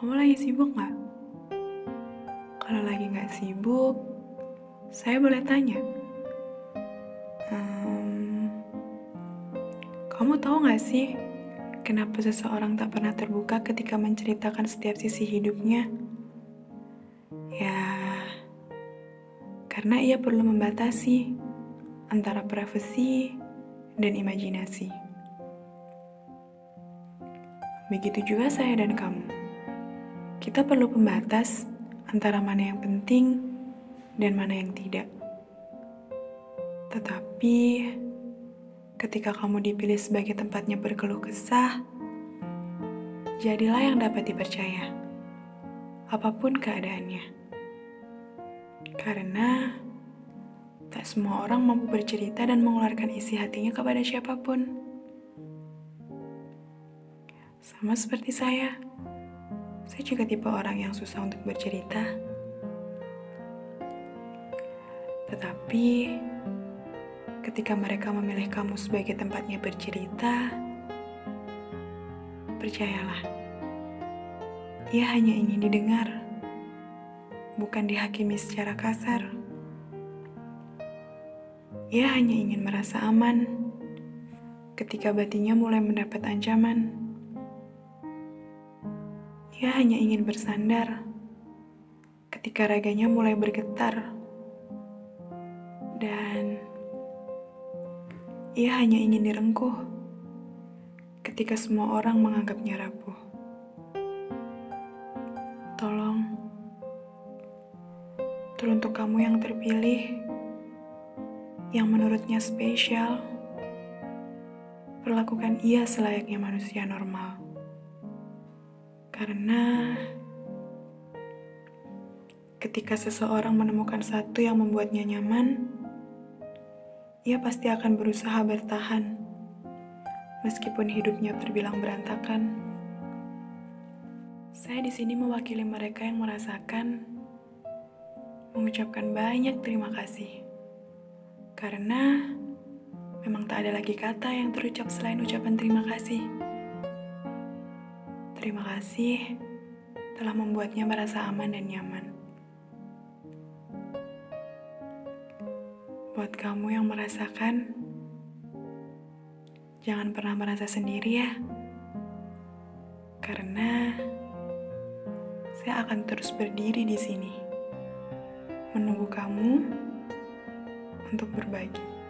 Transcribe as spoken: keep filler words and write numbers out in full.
Kamu lagi sibuk nggak? Kalau lagi nggak sibuk, saya boleh tanya. Hmm, kamu tahu nggak sih, kenapa seseorang tak pernah terbuka ketika menceritakan setiap sisi hidupnya? Ya, karena ia perlu membatasi antara privasi dan imajinasi. Begitu juga saya dan kamu. Kita perlu pembatas antara mana yang penting dan mana yang tidak. Tetapi, ketika kamu dipilih sebagai tempatnya berkeluh kesah, jadilah yang dapat dipercaya, apapun keadaannya. Karena tak semua orang mampu bercerita dan mengeluarkan isi hatinya kepada siapapun. Sama seperti saya, saya juga tipe orang yang susah untuk bercerita. Tetapi, ketika mereka memilih kamu sebagai tempatnya bercerita, percayalah, ia hanya ingin didengar, bukan dihakimi secara kasar. Ia hanya ingin merasa aman ketika batinnya mulai mendapat ancaman. Ia hanya ingin bersandar ketika raganya mulai bergetar. Dan ia hanya ingin direngkuh ketika semua orang menganggapnya rapuh. Tolong, teruntuk kamu yang terpilih, yang menurutnya spesial, perlakukan ia selayaknya manusia normal. Karena ketika seseorang menemukan satu yang membuatnya nyaman, ia pasti akan berusaha bertahan, meskipun hidupnya terbilang berantakan. Saya di sini mewakili mereka yang merasakan, mengucapkan banyak terima kasih. Karena memang tak ada lagi kata yang terucap selain ucapan terima kasih. Terima kasih telah membuatnya merasa aman dan nyaman. Buat kamu yang merasakan, jangan pernah merasa sendiri ya. Karena saya akan terus berdiri di sini, menunggu kamu untuk berbagi.